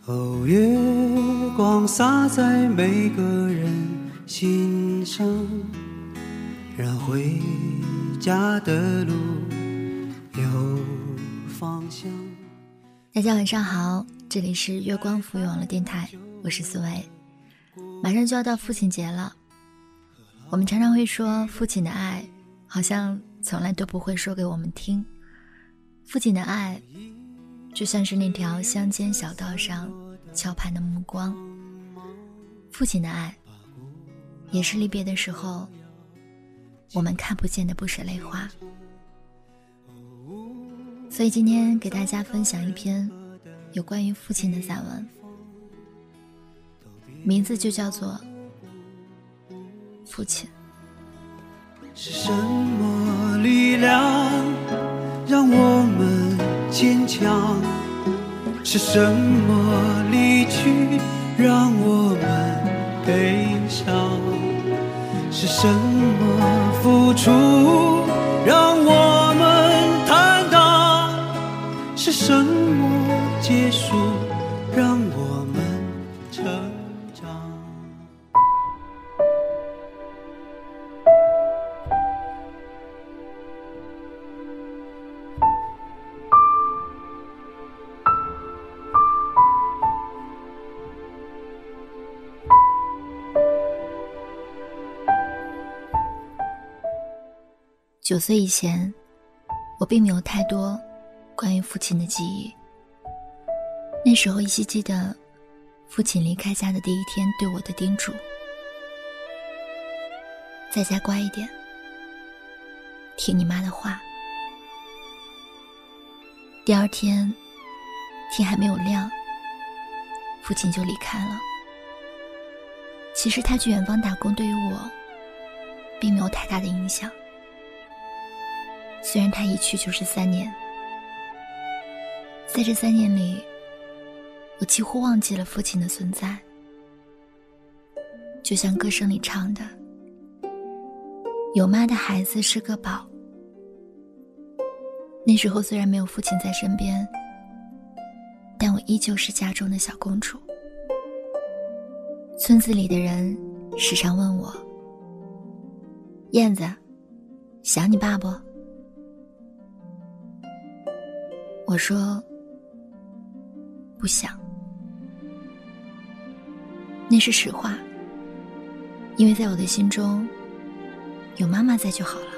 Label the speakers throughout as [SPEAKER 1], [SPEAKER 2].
[SPEAKER 1] 哦，月光洒在每个人心上，让回家的路有方向。
[SPEAKER 2] 大家晚上好，这里是月光浮语网络电台，我是思维。马上就要到父亲节了，我们常常会说父亲的爱好像从来都不会说给我们听。父亲的爱就像是那条乡间小道上桥畔的目光，父亲的爱也是离别的时候我们看不见的不舍泪花。所以今天给大家分享一篇有关于父亲的散文，名字就叫做父亲。
[SPEAKER 1] 是什么力量让我们坚强？是什么离去让我们悲伤？是什么付出让我们坦荡？是什么结束让我们成长？
[SPEAKER 2] 9岁以前，我并没有太多关于父亲的记忆。那时候依稀记得父亲离开家的第一天对我的叮嘱：在家乖一点，听你妈的话。第二天天还没有亮，父亲就离开了。其实他去远方打工对于我并没有太大的影响，虽然他一去就是3年，在这3年里，我几乎忘记了父亲的存在。就像歌声里唱的，有妈的孩子是个宝。那时候虽然没有父亲在身边，但我依旧是家中的小公主。村子里的人时常问我：燕子，想你爸不？我说不想。那是实话，因为在我的心中有妈妈在就好了。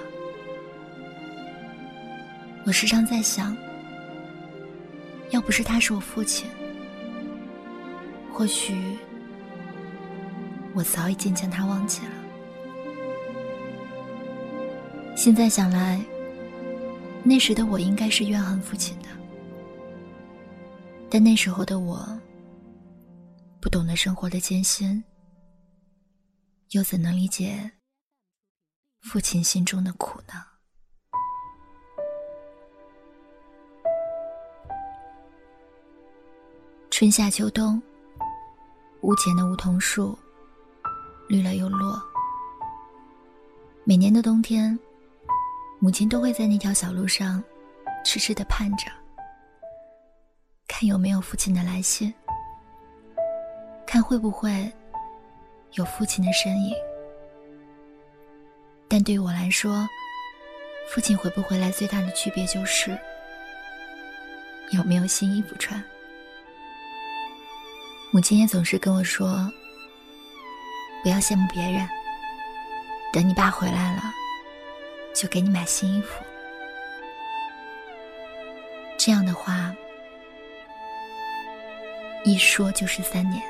[SPEAKER 2] 我时常在想，要不是他是我父亲，或许我早已经将他忘记了。现在想来，那时的我应该是怨恨父亲的，但那时候的我不懂得生活的艰辛，又怎能理解父亲心中的苦呢？春夏秋冬，屋前的梧桐树绿了又落。每年的冬天，母亲都会在那条小路上痴痴地盼着，看有没有父亲的来信，看会不会有父亲的身影。但对于我来说，父亲回不回来最大的区别就是有没有新衣服穿。母亲也总是跟我说，不要羡慕别人，等你爸回来了就给你买新衣服。这样的话一说就是3年。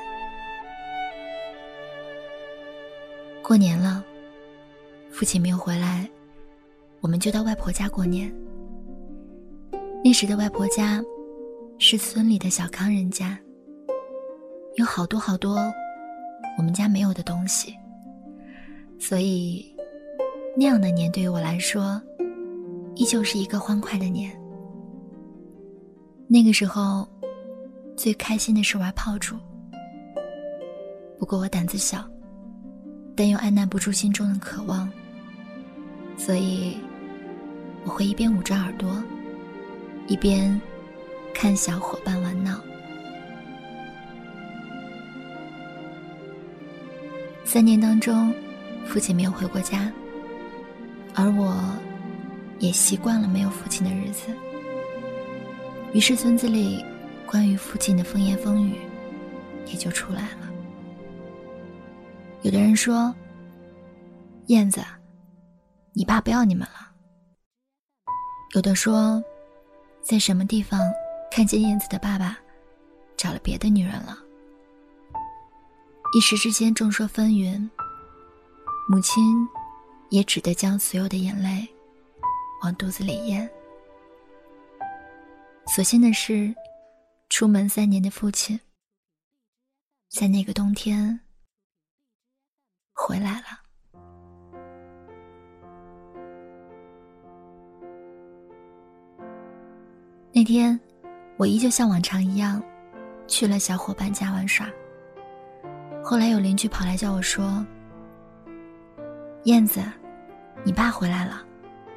[SPEAKER 2] 过年了，父亲没有回来，我们就到外婆家过年。那时的外婆家是村里的小康人家，有好多好多我们家没有的东西，所以那样的年对于我来说依旧是一个欢快的年。那个时候最开心的是玩炮竹，不过我胆子小，但又按捺不住心中的渴望，所以我会一边捂着耳朵，一边看小伙伴玩闹。 3年当中，父亲没有回过家，而我也习惯了没有父亲的日子。于是村子里关于父亲的风言风语也就出来了。有的人说，燕子，你爸不要你们了。有的说，在什么地方看见燕子的爸爸找了别的女人了。一时之间众说纷纭，母亲也只得将所有的眼泪往肚子里咽。所幸的是，出门3年的父亲在那个冬天回来了。那天我依旧像往常一样去了小伙伴家玩耍。后来有邻居跑来叫我说，燕子，你爸回来了。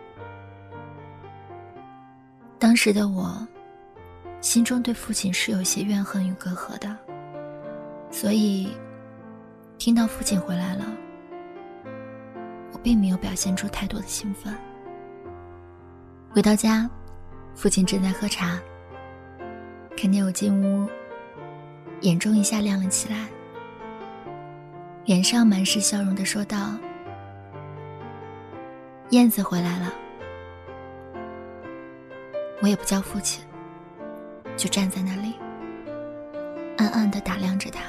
[SPEAKER 2] 当时的我心中对父亲是有些怨恨与隔阂的，所以听到父亲回来了，我并没有表现出太多的兴奋。回到家，父亲正在喝茶，看见我进屋，眼中一下亮了起来，脸上满是笑容地说道，燕子回来了。我也不叫父亲，就站在那里暗暗地打量着他。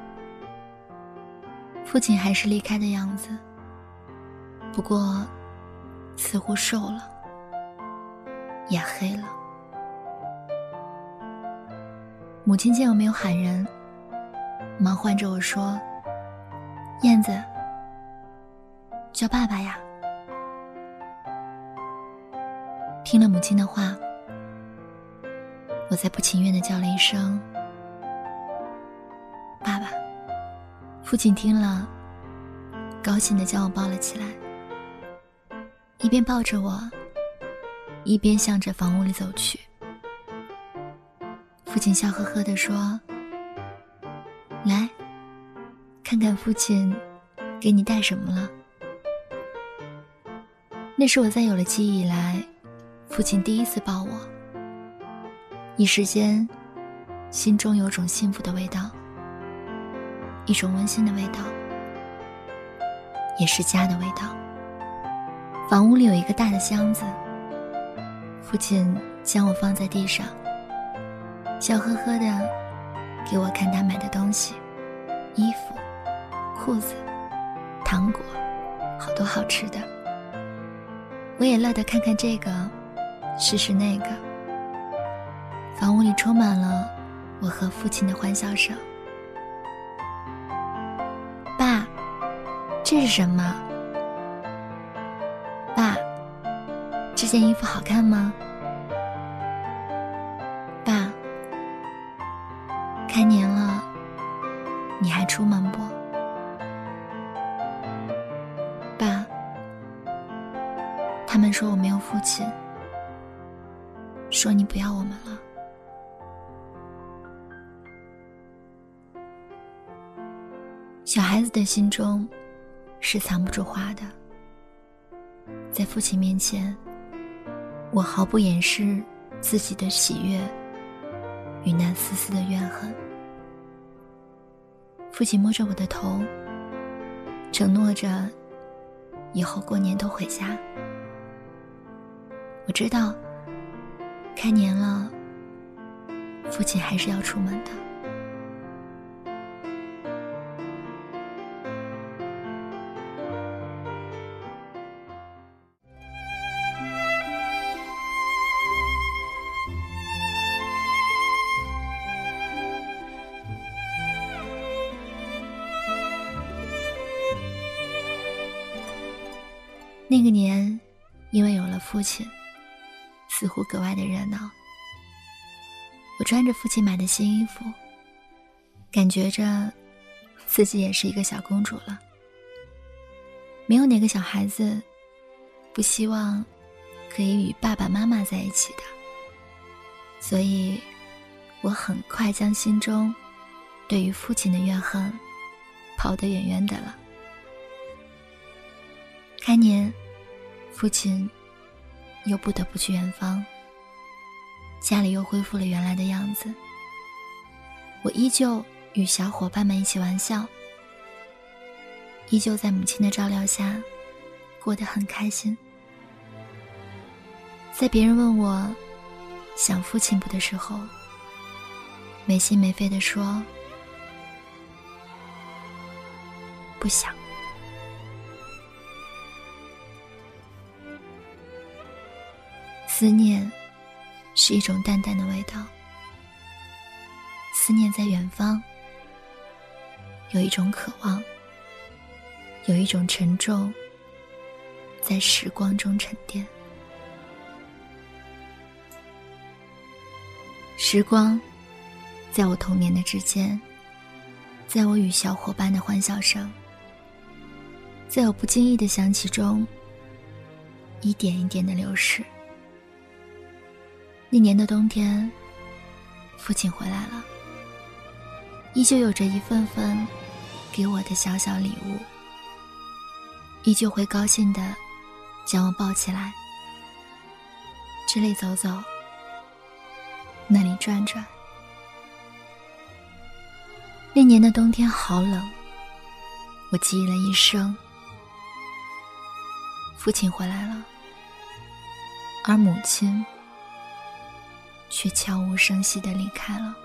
[SPEAKER 2] 父亲还是离开的样子，不过似乎瘦了，也黑了。母亲见我没有喊人，忙唤着我说，燕子，叫爸爸呀。听了母亲的话，我才不情愿地叫了一声爸爸。父亲听了，高兴地将我抱了起来，一边抱着我，一边向着房屋里走去。父亲笑呵呵地说，来，看看父亲给你带什么了。那是我在有了记忆以来父亲第一次抱我，一时间心中有种幸福的味道，一种温馨的味道，也是家的味道。房屋里有一个大的箱子，父亲将我放在地上，笑呵呵地给我看他买的东西，衣服、裤子、糖果，好多好吃的。我也乐得看看这个，试试那个。房屋里充满了我和父亲的欢笑声。爸，这是什么？爸，这件衣服好看吗？爸，开年了，你还出门不？爸，他们说我没有父亲，说你不要我们了。小孩子的心中是藏不住话的，在父亲面前，我毫不掩饰自己的喜悦与那丝丝的怨恨。父亲摸着我的头，承诺着以后过年都回家。我知道开年了，父亲还是要出门的。那个年，因为有了父亲，似乎格外的热闹。我穿着父亲买的新衣服，感觉着自己也是一个小公主了。没有哪个小孩子不希望可以与爸爸妈妈在一起的，所以我很快将心中对于父亲的怨恨抛得远远的了。 开年，父亲又不得不去远方，家里又恢复了原来的样子。我依旧与小伙伴们一起玩笑，依旧在母亲的照料下过得很开心。在别人问我想父亲不的时候，没心没肺地说不想。思念是一种淡淡的味道，思念在远方，有一种渴望，有一种沉重，在时光中沉淀。时光在我童年的指尖，在我与小伙伴的欢笑声，在我不经意的想起中一点一点的流逝。那年的冬天，父亲回来了，依旧有着一份份给我的小小礼物，依旧会高兴地将我抱起来，这里走走，那里转转。那年的冬天好冷，我记忆了一生。父亲回来了，而母亲却悄无声息地离开了。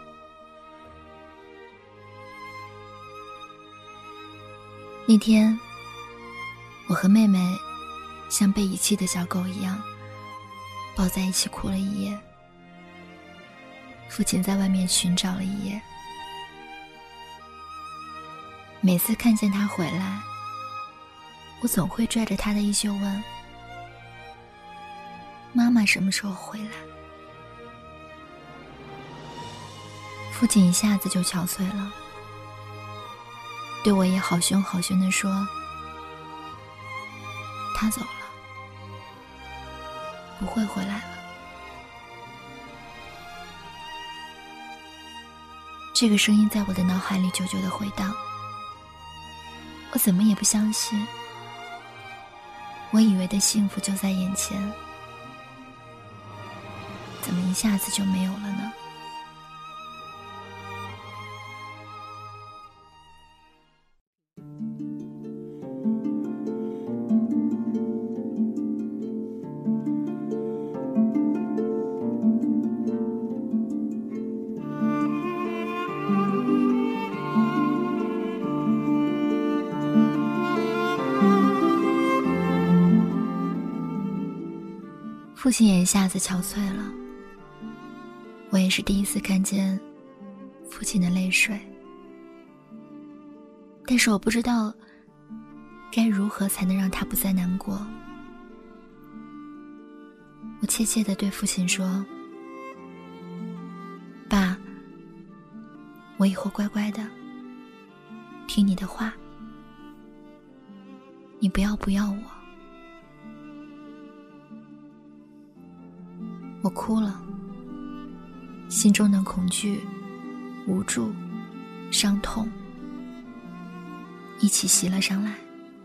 [SPEAKER 2] 那天，我和妹妹像被遗弃的小狗一样抱在一起哭了一夜。父亲在外面寻找了一夜，每次看见他回来，我总会拽着他的衣袖问：妈妈什么时候回来？父亲一下子就憔悴了，对我也好凶好凶地说：他走了，不会回来了。这个声音在我的脑海里久久地回荡，我怎么也不相信，我以为的幸福就在眼前，怎么一下子就没有了呢？父亲也一下子憔悴了，我也是第一次看见父亲的泪水，但是我不知道该如何才能让他不再难过。我怯怯地对父亲说：爸，我以后乖乖的听你的话，你不要我。我哭了，心中的恐惧、无助、伤痛一起袭了上来。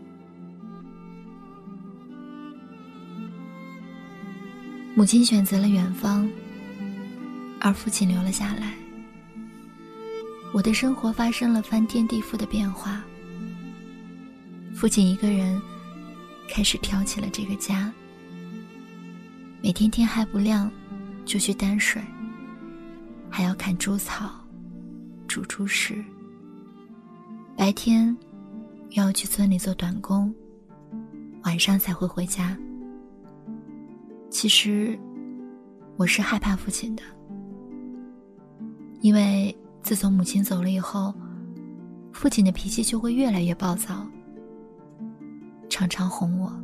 [SPEAKER 2] 母亲选择了远方，而父亲留了下来。我的生活发生了翻天地覆的变化，父亲一个人开始挑起了这个家。每天天还不亮就去担水，还要砍猪草、煮猪食，白天又要去村里做短工，晚上才会回家。其实我是害怕父亲的，因为自从母亲走了以后，父亲的脾气就会越来越暴躁，常常哄我。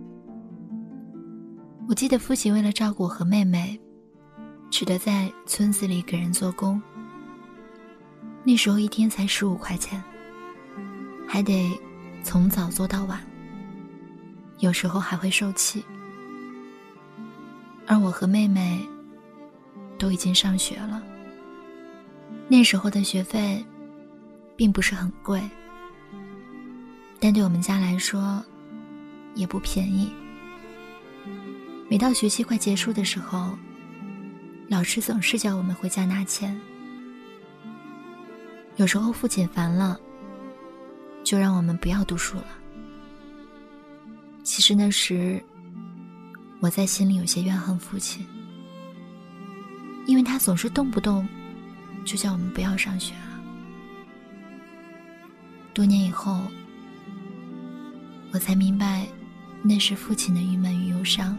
[SPEAKER 2] 我记得父亲为了照顾我和妹妹，只得在村子里给人做工，那时候一天才15块钱，还得从早做到晚，有时候还会受气。而我和妹妹都已经上学了，那时候的学费并不是很贵，但对我们家来说也不便宜。每到学期快结束的时候，老师总是叫我们回家拿钱。有时候父亲烦了，就让我们不要读书了。其实那时我在心里有些怨恨父亲，因为他总是动不动就叫我们不要上学了。多年以后，我才明白那是父亲的郁闷与忧伤。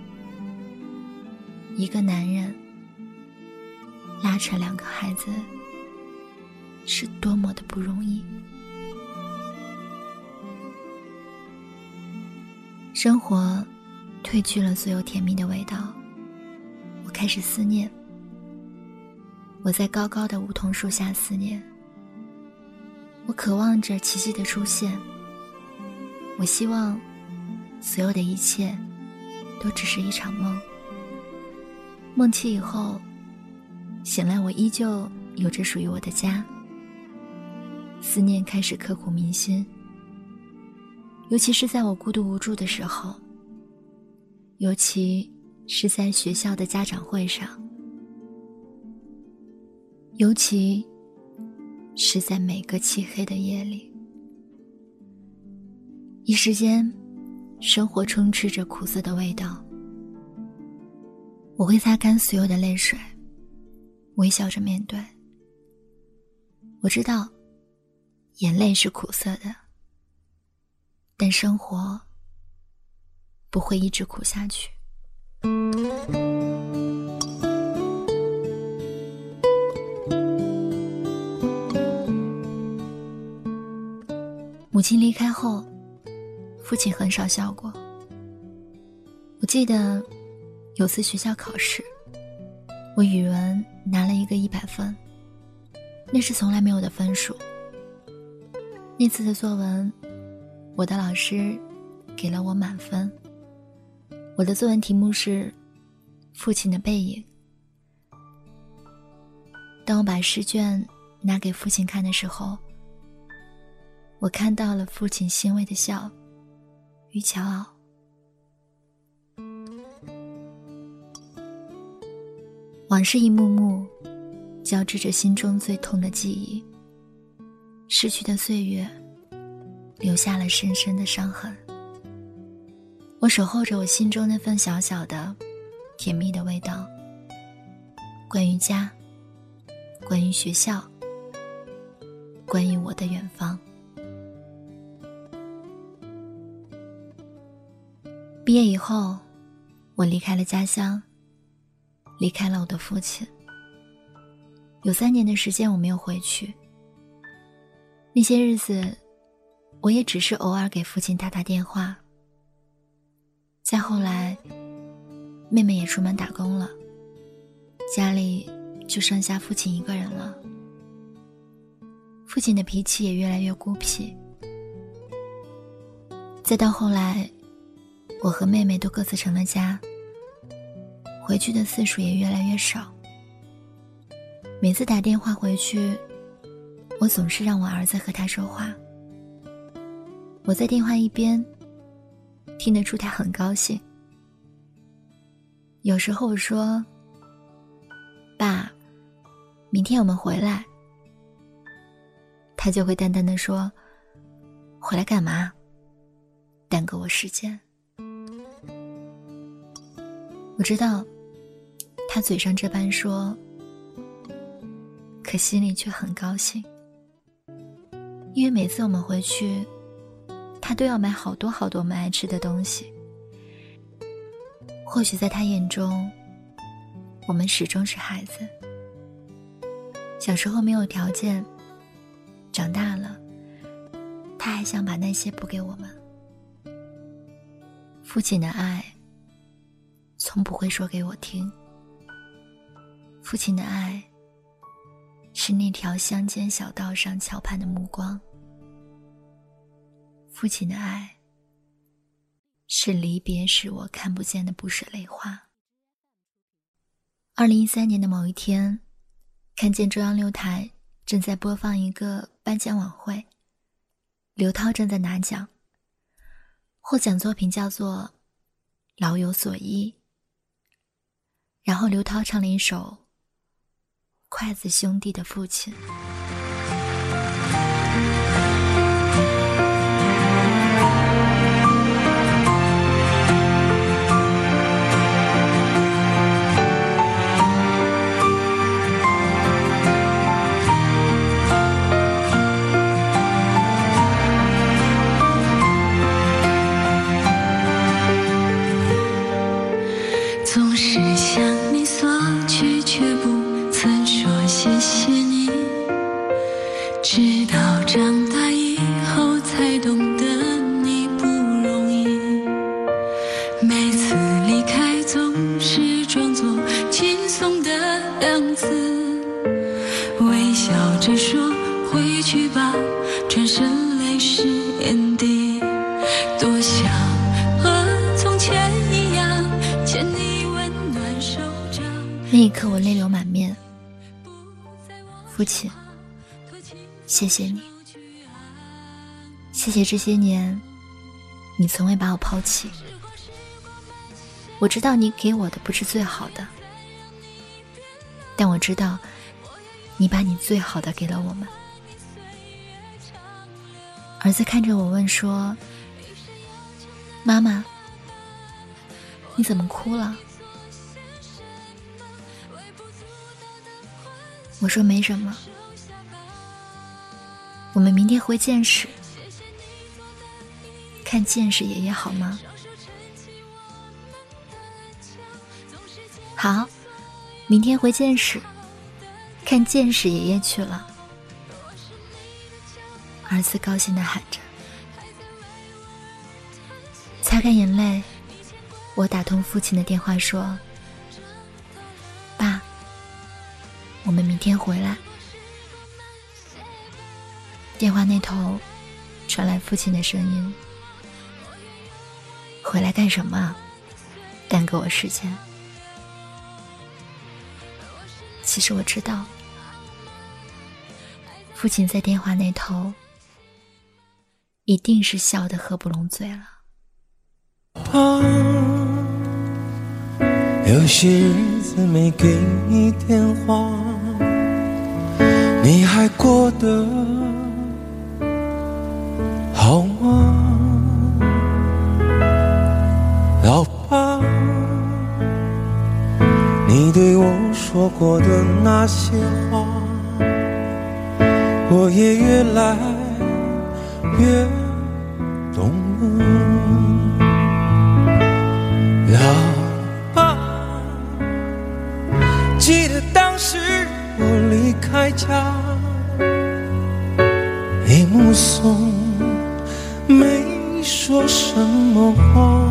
[SPEAKER 2] 一个男人拉扯2个孩子是多么的不容易。生活褪去了所有甜蜜的味道，我开始思念。我在高高的梧桐树下思念，我渴望着奇迹的出现。我希望所有的一切都只是一场梦，梦起以后醒来，我依旧有着属于我的家。思念开始刻骨铭心，尤其是在我孤独无助的时候，尤其是在学校的家长会上，尤其是在每个漆黑的夜里。一时间，生活充斥着苦涩的味道。我会擦干所有的泪水，微笑着面对。我知道眼泪是苦涩的，但生活不会一直苦下去。母亲离开后，父亲很少笑过。我记得有次学校考试，我语文拿了一个100分，那是从来没有的分数。那次的作文，我的老师给了我满分。我的作文题目是父亲的背影。当我把试卷拿给父亲看的时候，我看到了父亲欣慰的笑与骄傲。往事一幕幕交织着心中最痛的记忆，逝去的岁月留下了深深的伤痕。我守候着我心中那份小小的甜蜜的味道，关于家，关于学校，关于我的远方。毕业以后，我离开了家乡，离开了我的父亲。有3年的时间我没有回去。那些日子，我也只是偶尔给父亲打打电话。再后来，妹妹也出门打工了，家里就剩下父亲一个人了。父亲的脾气也越来越孤僻。再到后来，我和妹妹都各自成了家，回去的次数也越来越少。每次打电话回去，我总是让我儿子和他说话。我在电话一边听得出他很高兴。有时候我说：“爸，明天我们回来。”他就会淡淡地说：“回来干嘛？耽搁我时间。”我知道他嘴上这般说，可心里却很高兴。因为每次我们回去，他都要买好多好多我们爱吃的东西。或许在他眼中，我们始终是孩子。小时候没有条件，长大了，他还想把那些补给我们。父亲的爱从不会说给我听。父亲的爱是那条乡间小道上桥畔的目光。父亲的爱是离别时我看不见的不舍泪花。2013年的某一天，看见中央6台正在播放一个颁奖晚会，刘涛正在拿奖。 获奖作品叫做《老有所依》，然后刘涛唱了一首《筷子兄弟的父亲》。
[SPEAKER 3] 总是向你索取，却不曾说谢谢你。直到长大以后，才懂得你不容易。每次离开，总是装作轻松的样子，微笑着说回去吧，转身泪湿眼底。多想和从前一样，牵你。
[SPEAKER 2] 那一刻我泪流满面，父亲，谢谢你，谢谢这些年你从未把我抛弃。我知道你给我的不是最好的，但我知道你把你最好的给了我们。儿子看着我问说，妈妈，你怎么哭了？我说没什么，我们明天回见识，看见识爷爷好吗？好，明天回见识，看见识爷爷去了。儿子高兴地喊着。擦干眼泪，我打通父亲的电话说，爸，我们明天回来。电话那头传来父亲的声音，回来干什么？耽搁我时间。其实我知道，父亲在电话那头一定是笑得合不拢嘴了。
[SPEAKER 4] 有些日子没给你电话，你还过得好吗？老爸，你对我说过的那些话，我也越来越懂了。老爸，记得当时我离开家，你目送，没说什么话。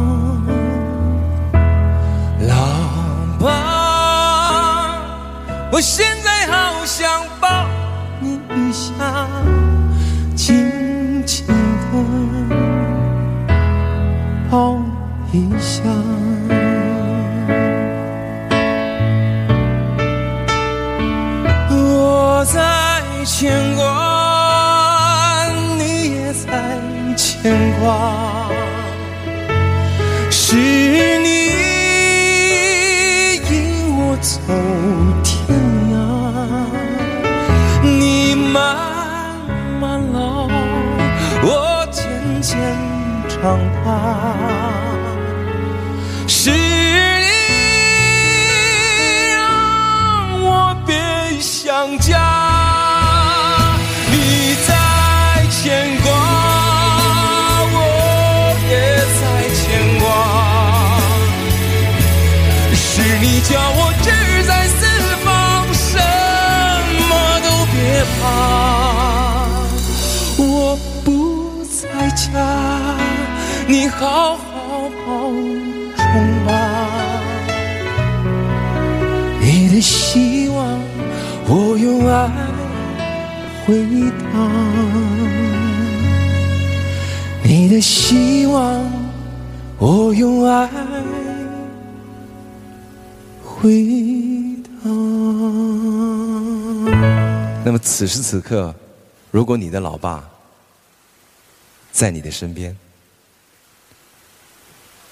[SPEAKER 4] 老爸，我现在好想抱你一下，轻轻地抱一下。我在牵挂，你也在牵挂，是你引我走天涯，你慢慢老，我渐渐长大，是你让我别想家。你在牵挂，我也在牵挂，是你叫我志在四方，什么都别怕。我不在家，你好好保重吧。你的希望，我用爱回答。你的希望，我用爱回答。那么此时此刻，如果你的老爸在你的身边，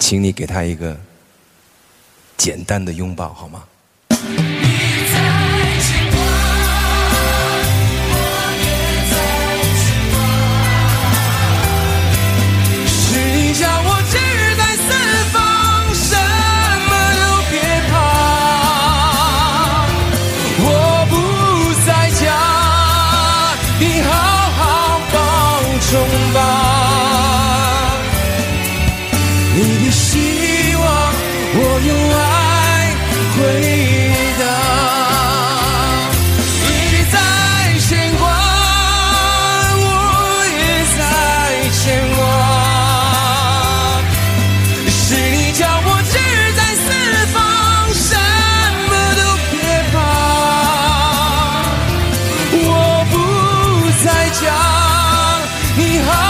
[SPEAKER 4] 请你给他一个简单的拥抱好吗？ 你的希望，我用爱回答。你在牵挂，我也在牵挂。是你叫我志在四方，什么都别怕。我不再讲，你好。